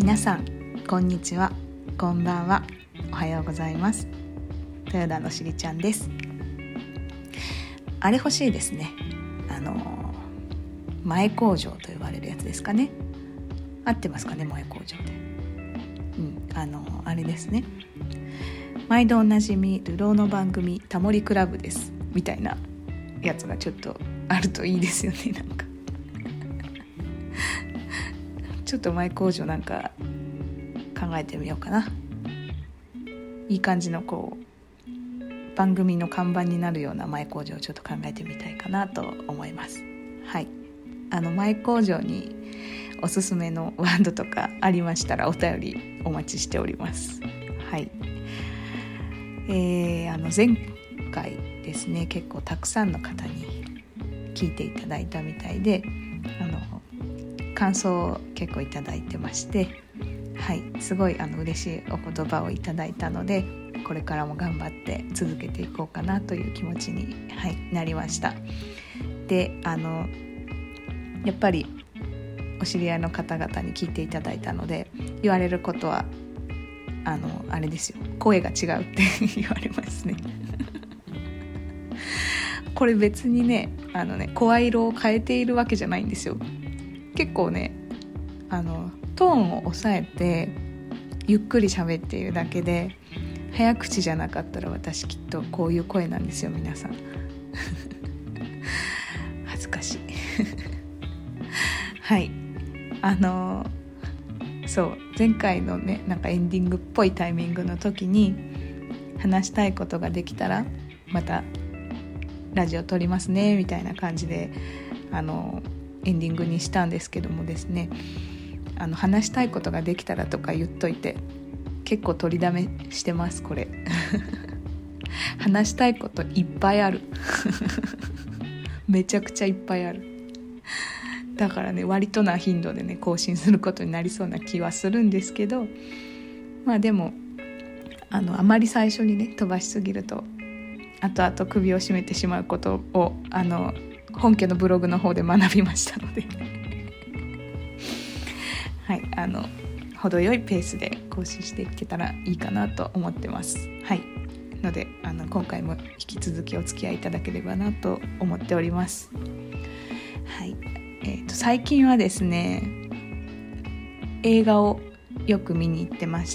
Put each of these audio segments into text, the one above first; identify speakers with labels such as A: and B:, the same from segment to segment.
A: 皆さんこんにちは、こんばんは、おはようございます。豊田のしりちゃんです。あれ欲しいですね。前工場と呼ばれるやつですかね。合ってますかね、前工場で。あれですね。毎度おなじみ流浪の番組タモリクラブですみたいなやつがちょっとあるといいですよね。なんかちょっと前工場なんか考えてみようかな。いい感じの番組の看板になるような前工場をちょっと考えてみたいかなと思います。はい。前工場におすすめのワードとかありましたらお便りお待ちしております。はい。前回ですね、結構たくさんの方に聞いていただいたみたいで、感想を結構いただいてまして、はい、すごい嬉しいお言葉をいただいたので、これからも頑張って続けていこうかなという気持ちに、なりました。で、やっぱりお知り合いの方々に聞いていただいたので、言われることはあれですよ、声が違うって言われますね。これ別にね、声色を変えているわけじゃないんですよ。結構ね、トーンを抑えてゆっくり喋っているだけで、早口じゃなかったら私きっとこういう声なんですよ、皆さん。恥ずかしい。はい。そう前回のね、なんかエンディングっぽいタイミングの時に話したいことができたらまたラジオ撮りますねみたいな感じでエンディングにしたんですけどもですね、話したいことができたらとか言っといて結構取りだめしてます。これ話したいこといっぱいある。めちゃくちゃいっぱいある。だからね、割とな頻度でね更新することになりそうな気はするんですけど、まあでもあまり最初にね飛ばしすぎると後々首を絞めてしまうことを本家のブログの方で学びましたのではい、程よいペースで更新していけたらいいかなと思ってます。はい。ので今回も引き続きお付き合いいただければなと思っております。はい。最近はですね、映画をよく見に行ってまして、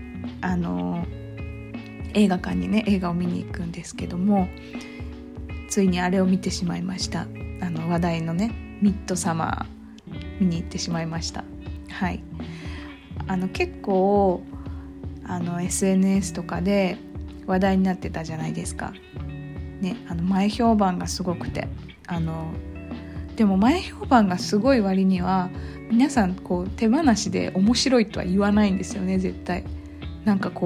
A: 映画館にね映画を見に行くんですけども、ついにあれを見てしまいました。話題のねミッドサマー見に行ってしまいました。はい。結構SNS とかで話題になってたじゃないですかね。前評判がすごくて、でも前評判がすごい割には皆さん手放しで面白いとは言わないんですよね、絶対。なんかち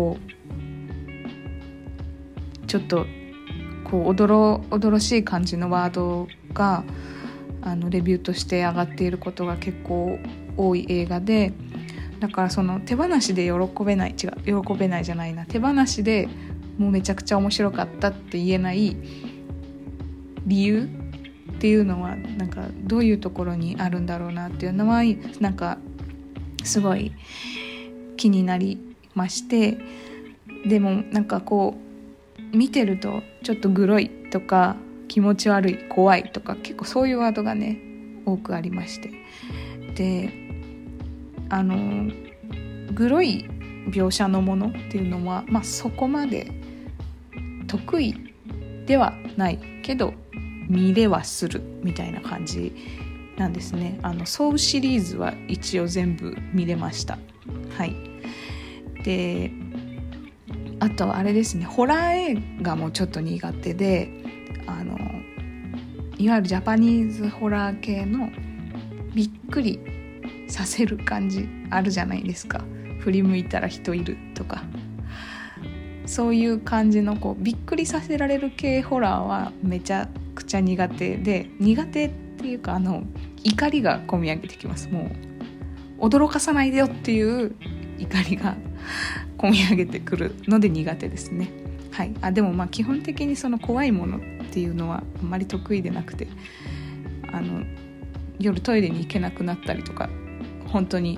A: ょっとおどろしい感じのワードがレビューとして上がっていることが結構多い映画で、だからその手放しで喜べないじゃないな、手放しでもうめちゃくちゃ面白かったって言えない理由っていうのはなんかどういうところにあるんだろうなっていうのはなんかすごい気になりまして、でもなんか見てるとちょっとグロいとか気持ち悪い、怖いとか結構そういうワードがね多くありまして、でグロい描写のものっていうのは、そこまで得意ではないけど見れはするみたいな感じなんですね。ソウシリーズは一応全部見れました。はい。で、あとあれですね、ホラー映画もちょっと苦手で、いわゆるジャパニーズホラー系のびっくりさせる感じあるじゃないですか。振り向いたら人いるとか、そういう感じのびっくりさせられる系ホラーはめちゃくちゃ苦手で、苦手っていうか怒りがこみ上げてきます。もう驚かさないでよっていう怒りがこみ上げてくるので苦手ですね。はい。でも基本的にその怖いものっていうのはあんまり得意でなくて、夜トイレに行けなくなったりとか本当に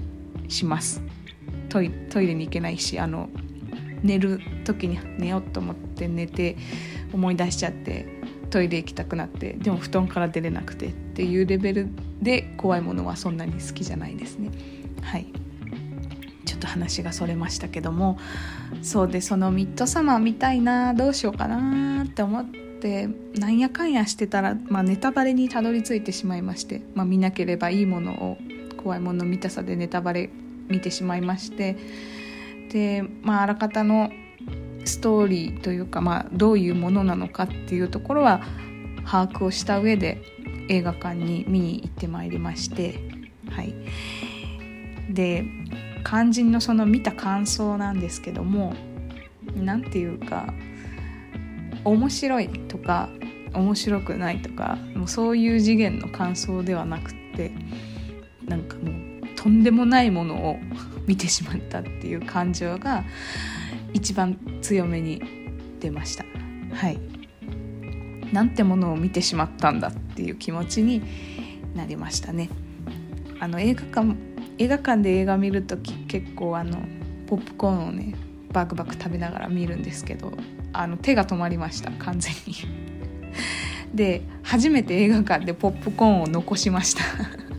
A: します。トイレに行けないし、寝る時に寝ようと思って寝て思い出しちゃってトイレ行きたくなって、でも布団から出れなくてっていうレベルで怖いものはそんなに好きじゃないですね。はい、ちょっと話がそれましたけども、そうで、そのミッドサマー見たいな、どうしようかなって思ってなんやかんやしてたら、ネタバレにたどり着いてしまいまして、見なければいいものを怖いもの見たさでネタバレ見てしまいまして、で、あらかたのストーリーというか、どういうものなのかっていうところは把握をした上で映画館に見に行ってまいりまして、はい、で肝心のその見た感想なんですけども、なんていうか面白いとか面白くないとか、もうそういう次元の感想ではなくて、なんかもうとんでもないものを見てしまったっていう感情が一番強めに出ました。はい、なんてものを見てしまったんだっていう気持ちになりましたね。映画館で映画見るとき結構ポップコーンをねバクバク食べながら見るんですけど、手が止まりました、完全にで初めて映画館でポップコーンを残しました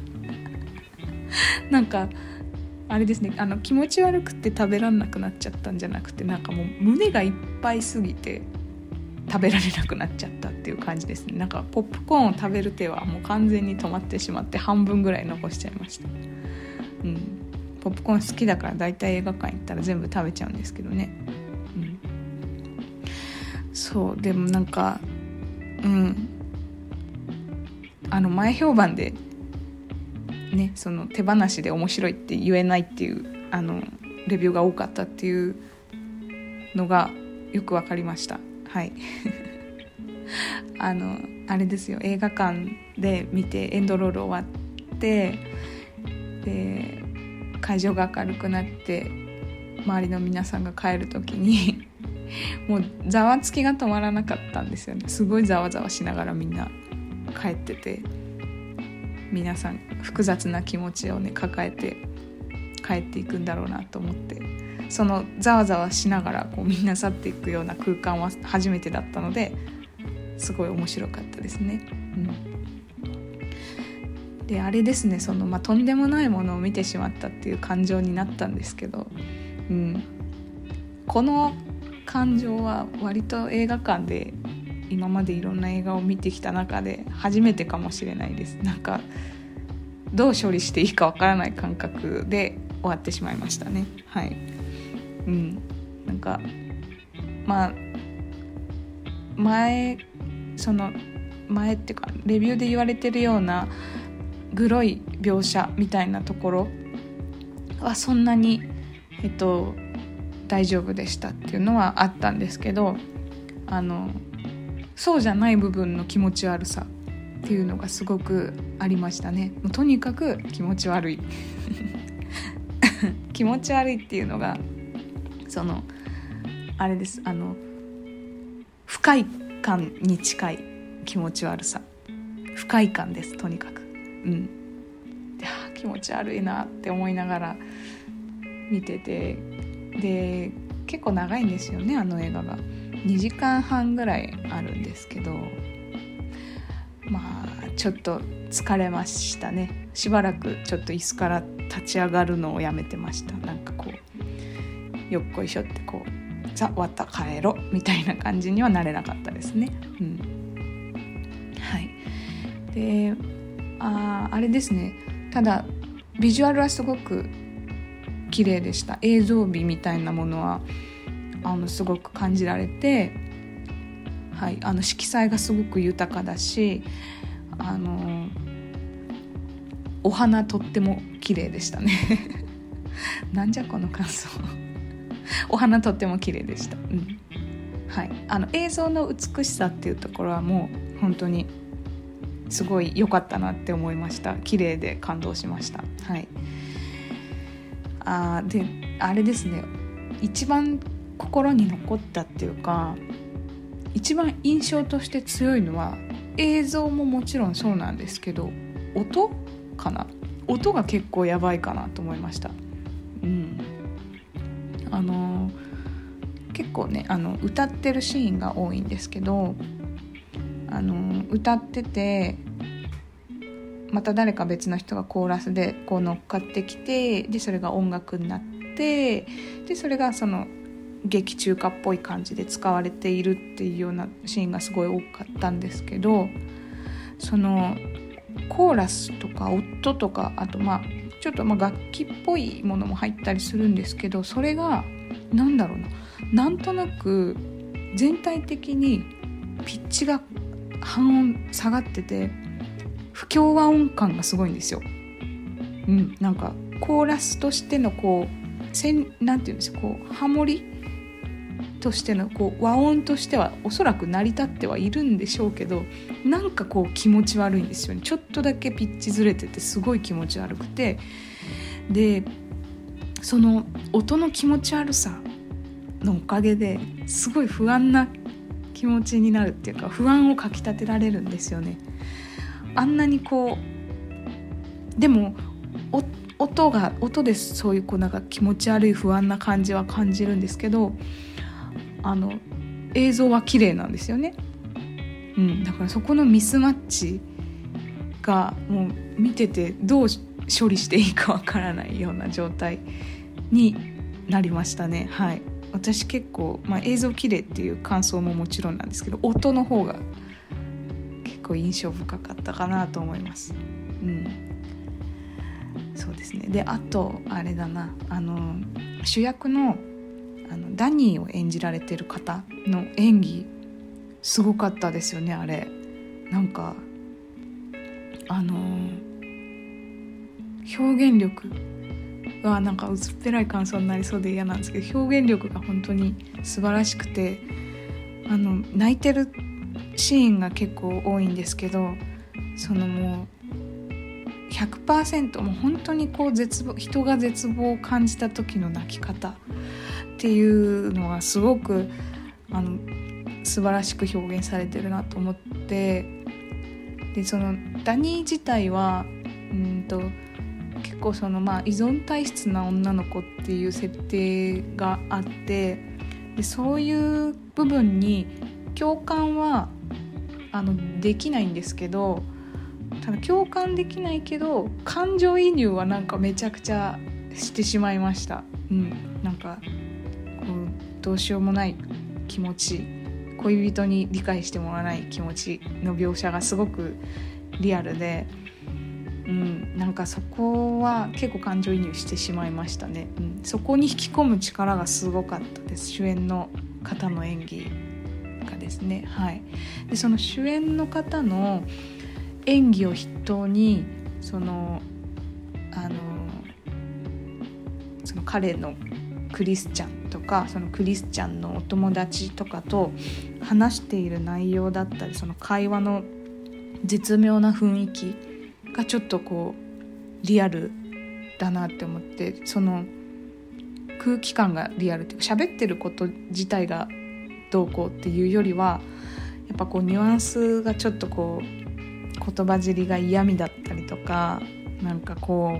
A: なんかあれですね、気持ち悪くて食べられなくなっちゃったんじゃなくて、なんかもう胸がいっぱいすぎて食べられなくなっちゃったっていう感じですね。なんかポップコーンを食べる手はもう完全に止まってしまって、半分ぐらい残しちゃいました。ポップコーン好きだからだいたい映画館行ったら全部食べちゃうんですけどね。そうでもなんか前評判でね、その手放しで面白いって言えないっていうレビューが多かったっていうのがよく分かりました。はいあれですよ、映画館で見てエンドロール終わってで会場が明るくなって周りの皆さんが帰る時にもうざわつきが止まらなかったんですよね。すごいざわざわしながらみんな帰ってて、皆さん複雑な気持ちをね抱えて帰っていくんだろうなと思って、そのざわざわしながらこうみんな去っていくような空間は初めてだったので、すごい面白かったですね。であれですね、そのとんでもないものを見てしまったっていう感情になったんですけど、この感情は割と映画館で今までいろんな映画を見てきた中で初めてかもしれないです。なんかどう処理していいかわからない感覚で終わってしまいましたね。はい、なんか前っていうかレビューで言われてるようなグロい描写みたいなところはそんなに大丈夫でしたっていうのはあったんですけど、そうじゃない部分の気持ち悪さっていうのがすごくありましたね。もうとにかく気持ち悪い気持ち悪いっていうのがあれです、不快感に近い気持ち悪さ、不快感です、とにかく。で気持ち悪いなって思いながら見てて、で結構長いんですよね、映画が2時間半ぐらいあるんですけど、ちょっと疲れましたね。しばらくちょっと椅子から立ち上がるのをやめてました。なんかこうよっこいしょってこう終わった帰ろみたいな感じにはなれなかったですね。はい。であれですね、ただビジュアルはすごく綺麗でした。映像美みたいなものはすごく感じられて、はい、色彩がすごく豊かだし、お花とっても綺麗でしたねなんじゃこの感想お花とっても綺麗でした。はい、映像の美しさっていうところはもう本当にすごい良かったなって思いました。綺麗で感動しました。はい。であれですね、一番心に残ったっていうか一番印象として強いのは映像ももちろんそうなんですけど、音かな。 音が結構やばいかなと思いました。結構ね歌ってるシーンが多いんですけど、歌っててまた誰か別の人がコーラスでこう乗っかってきて、でそれが音楽になって、でそれがその劇中歌っぽい感じで使われているっていうようなシーンがすごい多かったんですけど、そのコーラスとか音とか、あとちょっと楽器っぽいものも入ったりするんですけど、それがなんとなく全体的にピッチが半音下がってて不協和音感がすごいんですよ。なんかコーラスとしてのなんていうんですか、ハモリとしての和音としてはおそらく成り立ってはいるんでしょうけど、なんか気持ち悪いんですよね。ちょっとだけピッチずれててすごい気持ち悪くて、でその音の気持ち悪さのおかげですごい不安な気持ちになるっていうか、不安をかきたてられるんですよね。あんなにでも音でそういうなんか気持ち悪い不安な感じは感じるんですけど、映像は綺麗なんですよね。だからそこのミスマッチがもう見ててどう処理していいかわからないような状態になりましたね。はい、私結構、映像綺麗っていう感想ももちろんなんですけど、音の方が結構印象深かったかなと思います。そうですね。であとあれだな、主役のダニーを演じられてる方の演技すごかったですよね。あれなんか表現力はなんか薄っぺらい感想になりそうで嫌なんですけど、表現力が本当に素晴らしくて、泣いてるシーンが結構多いんですけど、そのもう 100% もう本当に人が絶望を感じた時の泣き方っていうのがすごく素晴らしく表現されてるなと思って、でそのダニー自体は結構依存体質な女の子っていう設定があって、でそういう部分に共感はできないんですけど、ただ共感できないけど感情移入はなんかめちゃくちゃしてしまいました。なんかどうしようもない気持ち、恋人に理解してもらわない気持ちの描写がすごくリアルで、なんかそこは結構感情移入してしまいましたね。そこに引き込む力がすごかったです、主演の方の演技がですね。はい、でその主演の方の演技を筆頭にその彼のクリスチャンとか、そのクリスチャンのお友達とかと話している内容だったり、その会話の絶妙な雰囲気がちょっとリアルだなって思って、その空気感がリアルっていうか、喋ってること自体がどうこうっていうよりはやっぱニュアンスがちょっと言葉尻が嫌味だったりとか、なんか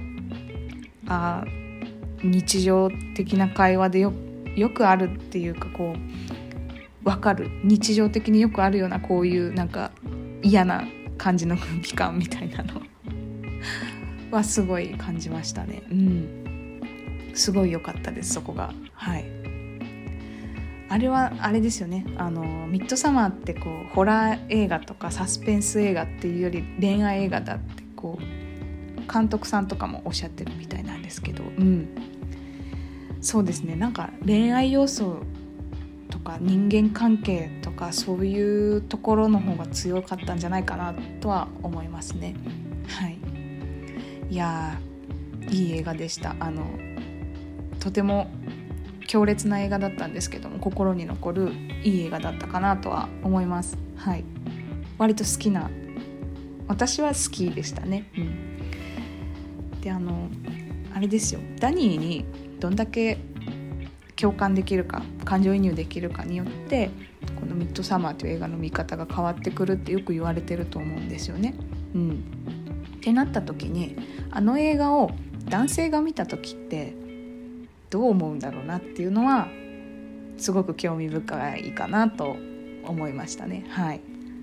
A: 日常的な会話でよくあるっていうか、分かる、日常的によくあるようなこういうなんか嫌な感じの空気感みたいなのはすごい感じましたね。すごい良かったです、そこが。はい、あれはあれですよね。ミッドサマーってホラー映画とかサスペンス映画っていうより恋愛映画だって監督さんとかもおっしゃってるみたいなんですけど、そうですね。なんか恋愛要素とか人間関係とかそういうところの方が強かったんじゃないかなとは思いますね。はい、いやいい映画でした。とても強烈な映画だったんですけども、心に残るいい映画だったかなとは思います。はい、割と私は好きでしたね。であれですよ、ダニーにどんだけ共感できるか、感情移入できるかによってこのミッドサマーという映画の見方が変わってくるってよく言われてると思うんですよね。 ってなった時に、あの映画を男性が見た時ってどう思うんだろうなっていうのはすごく興味深いかなと思いましたね。はい、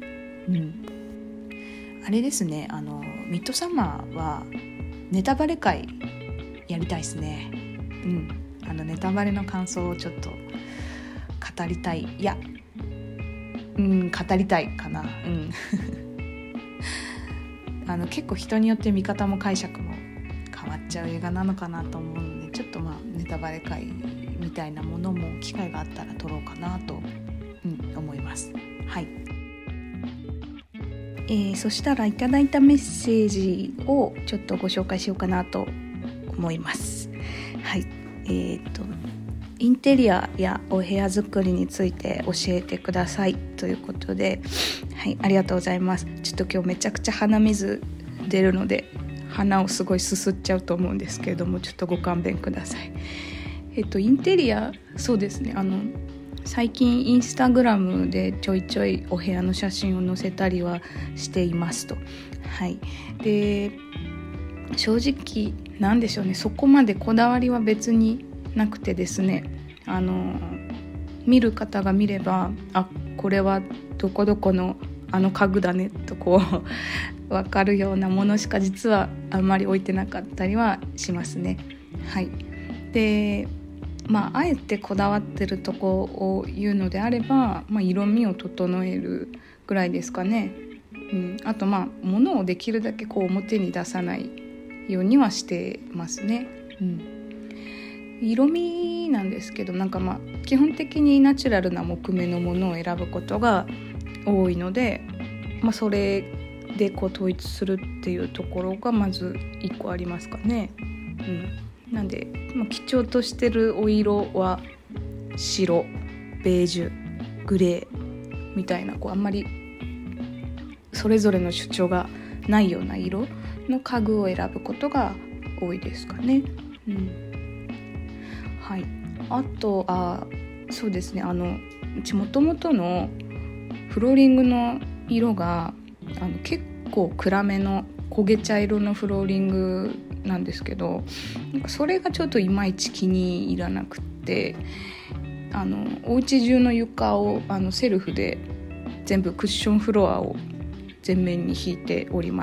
A: あれですね、ミッドサマーはネタバレ会やりたいですね。ネタバレの感想をちょっと語りたい、語りたいかな。結構人によって見方も解釈も変わっちゃう映画なのかなと思うので、ちょっとネタバレ会みたいなものも機会があったら撮ろうかなと、思います。はい。そしたらいただいたメッセージをちょっとご紹介しようかなと思います。はい。インテリアやお部屋作りについて教えてくださいということで、はい、ありがとうございます。ちょっと今日めちゃくちゃ鼻水出るので鼻をすごいすすっちゃうと思うんですけれども、ちょっとご勘弁ください。インテリア、そうですね、最近インスタグラムでちょいちょいお部屋の写真を載せたりはしていますと。はい。で、正直なんでしょうね、そこまでこだわりは別になくてですね、見る方が見れば、これはどこどこの家具だねとこう分かるようなものしか実はあんまり置いてなかったりはしますね。はい。で、あえてこだわってるとこを言うのであれば、色味を整えるぐらいですかね。あと物をできるだけこう表に出さないようにはしてますね。色味なんですけど、基本的にナチュラルな木目のものを選ぶことが多いので、それでこう統一するっていうところがまず1個ありますかね。なんで、基調としてるお色は白、ベージュ、グレーみたいな、あんまりそれぞれの主張がないような色の家具を選ぶことが多いですかね。はい。あとそうですね、うち元々のフローリングの色が結構暗めの焦げ茶色のフローリングなんですけど、それがちょっといまいち気に入らなくって、お家中の床をセルフで全部クッションフロアを全面に引いております。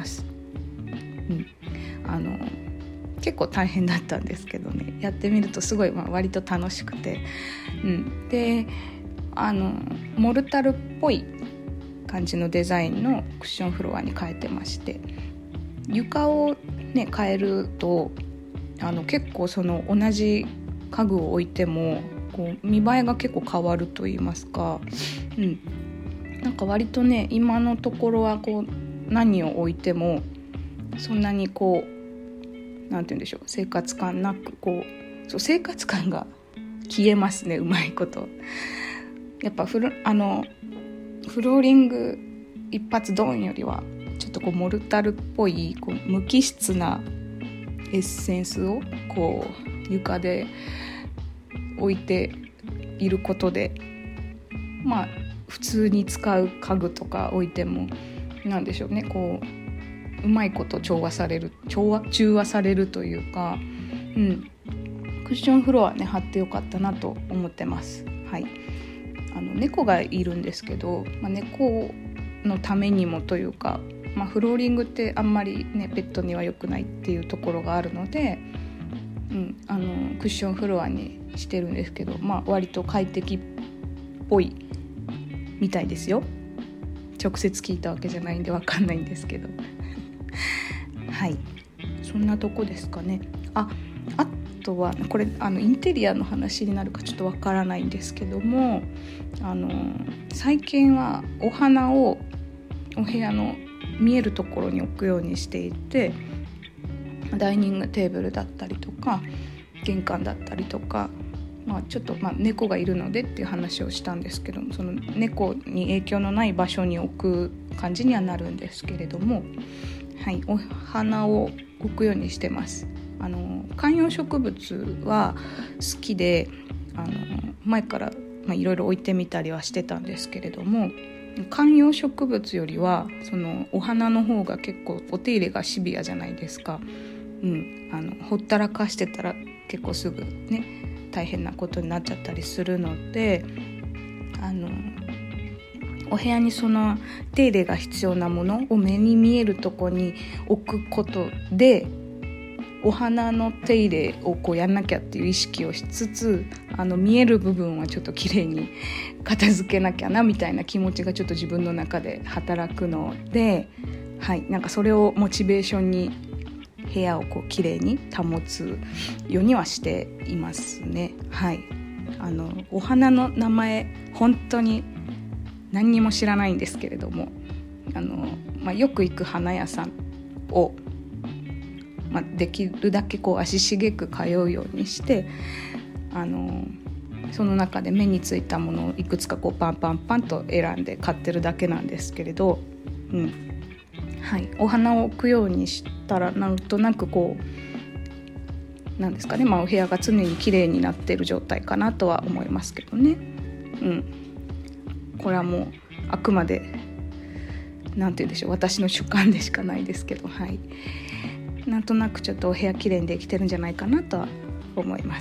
A: 結構大変だったんですけどね、やってみるとすごい割と楽しくて、でモルタルっぽい感じのデザインのクッションフロアに変えてまして、床をね変えると結構その同じ家具を置いてもこう見栄えが結構変わると言いますか、割とね今のところはこう何を置いてもそんなにこうなんて言うんでしょう、生活感なく生活感が消えますね、うまいこと。やっぱフローリング一発ドンよりはちょっとモルタルっぽい無機質なエッセンスを床で置いていることで、普通に使う家具とか置いてもなんでしょうね、うまいこと中和されるというか、クッションフロアね貼ってよかったなと思ってます。はい。猫がいるんですけど、猫のためにもというか、フローリングってあんまりねペットには良くないっていうところがあるので、クッションフロアにしてるんですけど、割と快適っぽいみたいですよ。直接聞いたわけじゃないんで分かんないんですけどはい、そんなとこですかね。あとはこれインテリアの話になるかちょっとわからないんですけども、最近はお花をお部屋の見えるところに置くようにしていて、ダイニングテーブルだったりとか玄関だったりとか、ちょっと猫がいるのでっていう話をしたんですけども、その猫に影響のない場所に置く感じにはなるんですけれども、はい、お花を置くようにしてます。観葉植物は好きで前からいろいろ置いてみたりはしてたんですけれども、 観葉植物よりはそのお花の方が結構お手入れがシビアじゃないですか。ほったらかしてたら結構すぐね大変なことになっちゃったりするので、お部屋にその手入れが必要なものを目に見えるとこに置くことで、お花の手入れをこうやんなきゃっていう意識をしつつ、見える部分はちょっときれいに片付けなきゃなみたいな気持ちがちょっと自分の中で働くので、なんかそれをモチベーションに部屋をこうきれいに保つようにはしていますね。お花の名前本当に何にも知らないんですけれども、よく行く花屋さんを、できるだけこう足しげく通うようにして、その中で目についたものをいくつかこうパンパンパンと選んで買ってるだけなんですけれど、お花を置くようにしたらなんとなくこうなんですかね、お部屋が常に綺麗になっている状態かなとは思いますけどね。これはもうあくまでなんて言うんでしょう、私の主観でしかないですけど、なんとなくちょっとお部屋綺麗にできてるんじゃないかなとは思います。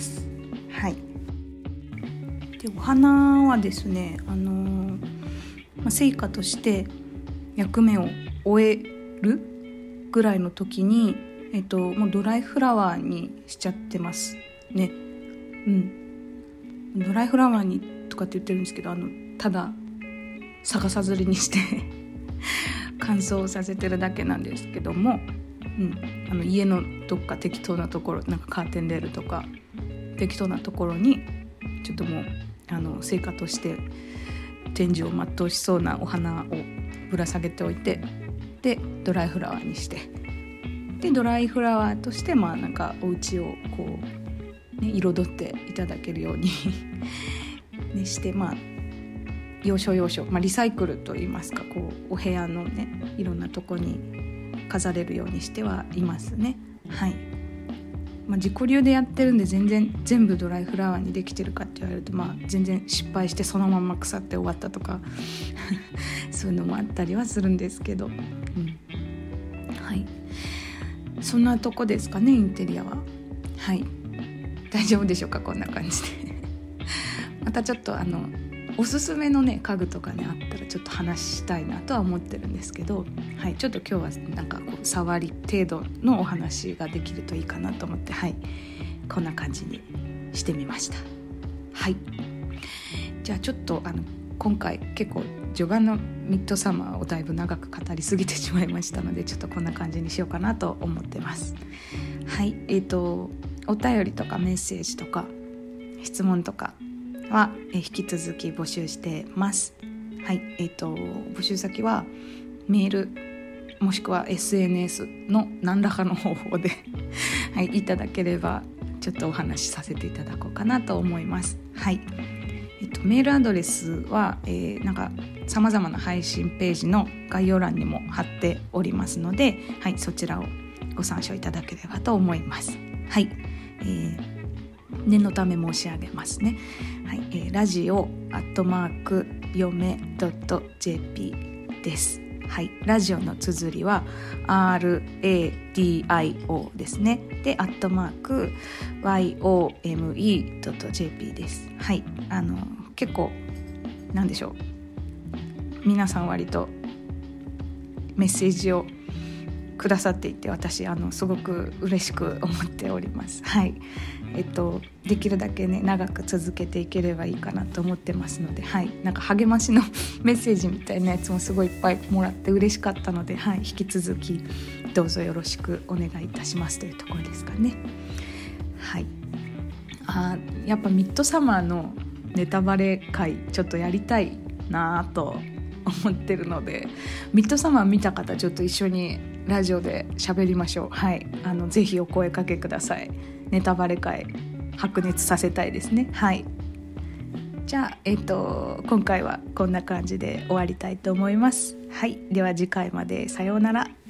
A: でお花はですね、成果として役目を終えるぐらいの時に、もうドライフラワーにしちゃってますね。ドライフラワーにとかって言ってるんですけど、ただ逆さずりにして乾燥させてるだけなんですけども、家のどっか適当なところ、なんかカーテンレールとか適当なところにちょっともう成果として天寿を全うしそうなお花をぶら下げておいて、でドライフラワーにして、でドライフラワーとしてなんかお家をこう、彩っていただけるようにして、要所要所、リサイクルといいますか、こうお部屋のねいろんなとこに飾れるようにしてはいますね。自己流でやってるんで全部ドライフラワーにできてるかって言われると、全然失敗してそのまま腐って終わったとかそういうのもあったりはするんですけど、そんなとこですかね、インテリアは。大丈夫でしょうか、こんな感じでまたちょっとおすすめのね家具とかねあったらちょっと話したいなとは思ってるんですけど、ちょっと今日はなんかこう触り程度のお話ができるといいかなと思って、こんな感じにしてみました。じゃあちょっと今回結構序盤のミッドサマーをだいぶ長く語りすぎてしまいましたので、ちょっとこんな感じにしようかなと思ってます。お便りとかメッセージとか質問とかは引き続き募集してます。募集先はメールもしくは SNS の何らかの方法でいただければちょっとお話しさせていただこうかなと思います。メールアドレスは、なんかさまざまな配信ページの概要欄にも貼っておりますので、そちらをご参照いただければと思います。念のため申し上げますね。ラジオ@よめ.jp です。ラジオの綴りは RADIO ですね。で@YOME.jp です。結構なんでしょう、皆さん割とメッセージをくださっていて、私すごく嬉しく思っております。できるだけね長く続けていければいいかなと思ってますので、なんか励ましのメッセージみたいなやつもすごいいっぱいもらって嬉しかったので、引き続きどうぞよろしくお願いいたしますというところですかね。やっぱミッドサマーのネタバレ会ちょっとやりたいなと思ってるので、ミッドサマー見た方ちょっと一緒にラジオで喋りましょう。ぜひお声かけください。ネタバレ会白熱させたいですね。じゃあ、今回はこんな感じで終わりたいと思います。では次回までさようなら。